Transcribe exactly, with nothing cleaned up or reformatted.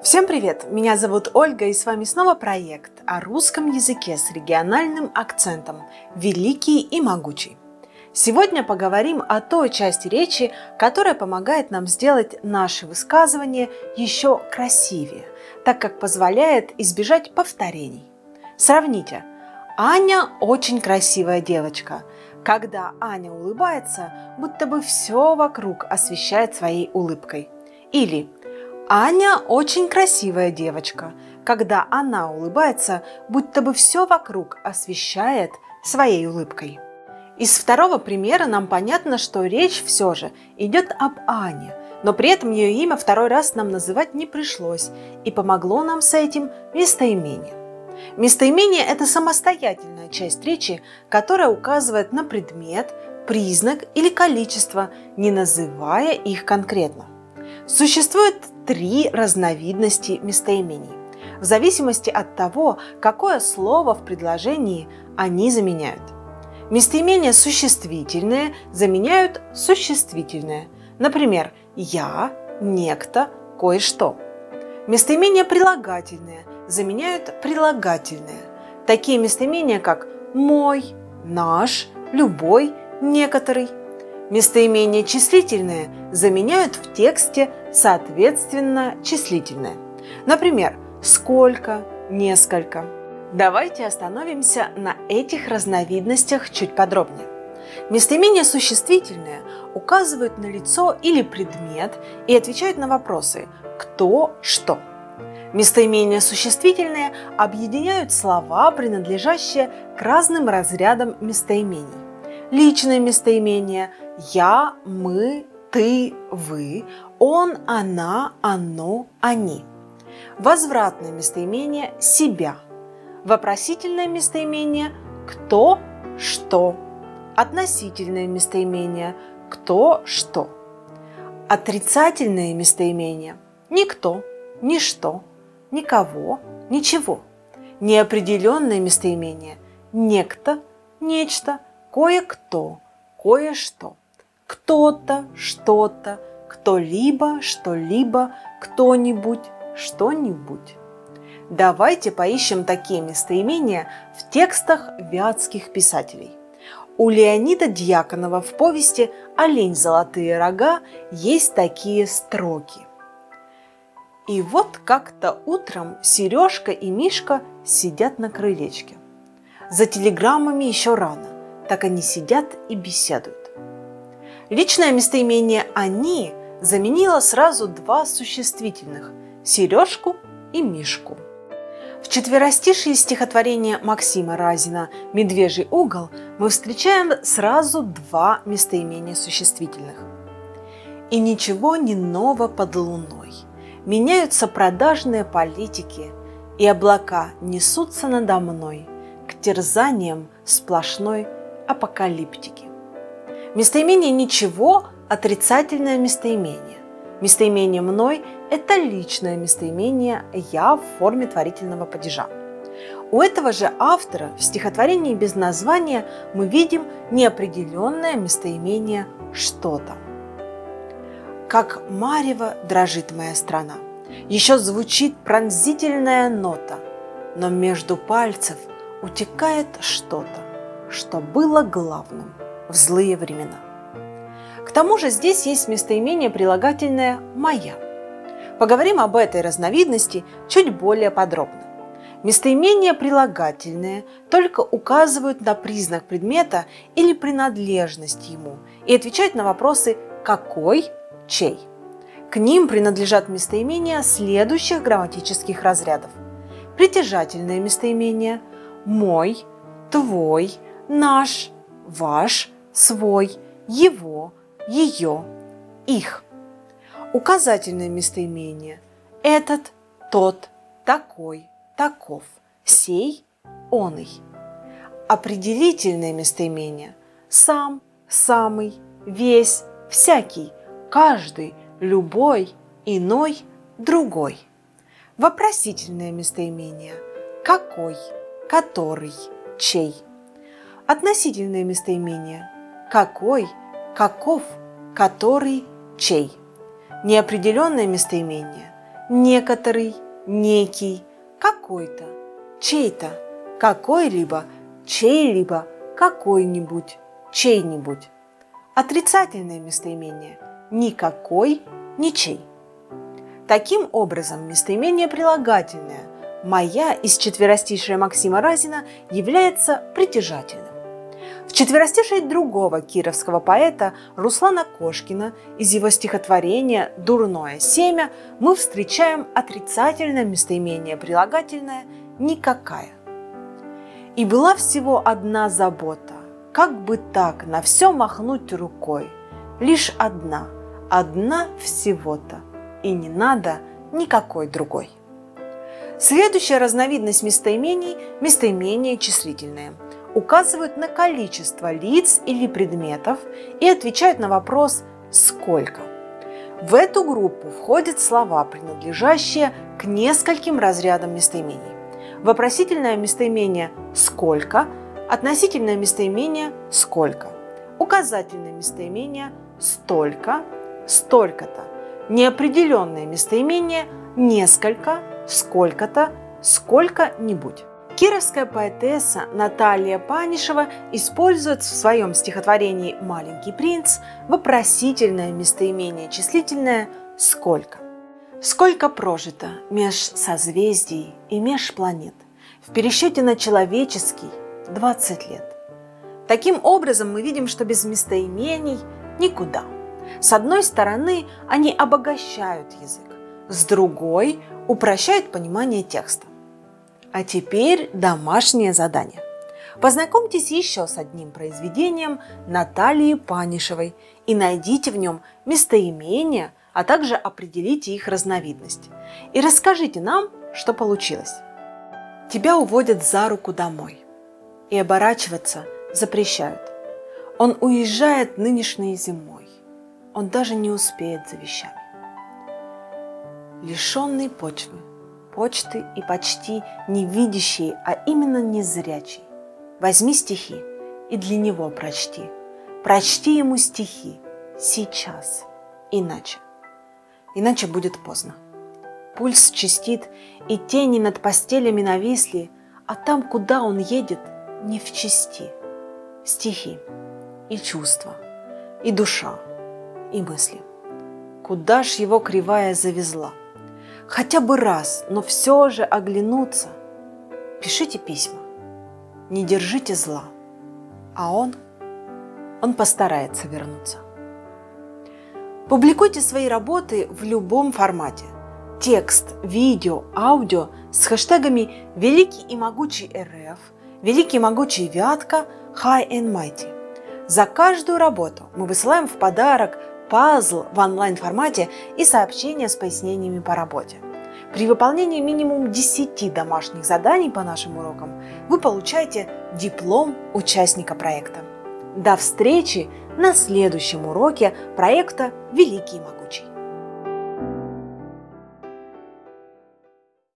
Всем привет! Меня зовут Ольга, и с вами снова проект о русском языке с региональным акцентом «Великий и могучий». Сегодня поговорим о той части речи, которая помогает нам сделать наши высказывания еще красивее, так как позволяет избежать повторений. Сравните. Аня очень красивая девочка. Когда Аня улыбается, будто бы все вокруг освещает своей улыбкой. Или Аня очень красивая девочка. Когда она улыбается, будто бы все вокруг освещает своей улыбкой. Из второго примера нам понятно, что речь все же идет об Ане, но при этом ее имя второй раз нам называть не пришлось, и помогло нам с этим местоимение. Местоимение – это самостоятельная часть речи, которая указывает на предмет, признак или количество, не называя их конкретно. Существует три разновидности местоимений, в зависимости от того, какое слово в предложении они заменяют. Местоимения существительные заменяют существительное. Например, «я», «некто», «кое-что». Местоимения прилагательные заменяют прилагательные. Такие местоимения, как «мой», «наш», «любой», «некоторый». Местоимения числительные заменяют в тексте соответственно числительное. Например, «сколько», «несколько». Давайте остановимся на этих разновидностях чуть подробнее. Местоимения существительные указывают на лицо или предмет и отвечают на вопросы «кто», «что». Местоимения существительные объединяют слова, принадлежащие к разным разрядам местоимений. Личные местоимения «я», «мы», «ты», «вы», «он», «она», «оно», «они». Возвратное местоимение «себя». Вопросительное местоимение «кто», «что». Относительное местоимение «кто», «что». Отрицательное местоимение «никто», «ничто», «никого», «ничего». Неопределенное местоимение «некто», «нечто», «кое-кто», «кое-что». Кто-то, что-то, кто-либо, что-либо, кто-нибудь, что-нибудь. Давайте поищем такие местоимения в текстах вятских писателей. У Леонида Дьяконова в повести «Олень золотые рога» есть такие строки. И вот как-то утром Сережка и Мишка сидят на крылечке. За телеграммами еще рано, так они сидят и беседуют. Личное местоимение «они» заменило сразу два существительных – Сережку и Мишку. В четверостишие стихотворения Максима Разина «Медвежий угол» мы встречаем сразу два местоимения существительных. «И ничего не ново под луной, меняются продажные политики, и облака несутся надо мной к терзаниям сплошной апокалиптики». Местоимение «ничего» – отрицательное местоимение. Местоимение «мной» – это личное местоимение «я» в форме творительного падежа. У этого же автора в стихотворении без названия мы видим неопределенное местоимение «что-то». Как марево дрожит моя страна, еще звучит пронзительная нота, но между пальцев утекает что-то, что было главным в злые времена. К тому же здесь есть местоимение прилагательное «моя». Поговорим об этой разновидности чуть более подробно. Местоимения прилагательные только указывают на признак предмета или принадлежность ему и отвечают на вопросы «какой», «чей». К ним принадлежат местоимения следующих грамматических разрядов. Притяжательное местоимение «мой», «твой», «наш», «ваш», «свой», «его», «ее», «их». Указательное местоимение «этот», «тот», «такой», «таков», «сей», «оный». Определительное местоимение «сам», «самый», «весь», «всякий», «каждый», «любой», «иной», «другой». Вопросительное местоимение «какой», «который», «чей». Относительное местоимение «какой», «каков», «который», «чей». Неопределенное местоимение некоторый, некий, какой-то, чей-то, какой-либо, чей-либо, какой-нибудь, чей-нибудь. Отрицательное местоимение – никакой, ничей. Таким образом, местоимение прилагательное «моя» из четверостишия Максима Разина является притяжательным. В четверостишии другого кировского поэта Руслана Кошкина из его стихотворения «Дурное семя» мы встречаем отрицательное местоимение прилагательное «никакая». «И была всего одна забота, как бы так на все махнуть рукой, лишь одна, одна всего-то, и не надо никакой другой». Следующая разновидность местоимений – местоимения числительные – указывают на количество лиц или предметов и отвечают на вопрос «сколько?». В эту группу входят слова, принадлежащие к нескольким разрядам местоимений. Вопросительное местоимение «сколько?», относительное местоимение «сколько?», указательное местоимение «столько?», «столько-то», неопределенное местоимение «несколько», «сколько-то», «сколько-нибудь». Кировская поэтесса Наталья Панишева использует в своем стихотворении «Маленький принц» вопросительное местоимение числительное «сколько?». Сколько прожито меж созвездий и меж планет в пересчете на человеческий двадцать лет. Таким образом, мы видим, что без местоимений никуда. С одной стороны, они обогащают язык, с другой – упрощают понимание текста. А теперь домашнее задание. Познакомьтесь еще с одним произведением Натальи Панишевой и найдите в нем местоимения, а также определите их разновидность. И расскажите нам, что получилось. Тебя уводят за руку домой и оборачиваться запрещают. Он уезжает нынешней зимой, он даже не успеет за вещами. Лишенный почвы, почты и почти не видящий, а именно незрячий. Возьми стихи и для него прочти. Прочти ему стихи сейчас, иначе. Иначе будет поздно. Пульс частит, и тени над постелями нависли, а там, куда он едет, не в чести. Стихи и чувства, и душа, и мысли. Куда ж его кривая завезла? Хотя бы раз, но все же оглянуться. Пишите письма, не держите зла, а он, он постарается вернуться. Публикуйте свои работы в любом формате. Текст, видео, аудио с хэштегами «Великий и могучий РФ», «Великий и могучий Вятка», «High and Mighty». За каждую работу мы высылаем в подарок пазл в онлайн-формате и сообщения с пояснениями по работе. При выполнении минимум десяти домашних заданий по нашим урокам вы получаете диплом участника проекта. До встречи на следующем уроке проекта «Великий и могучий».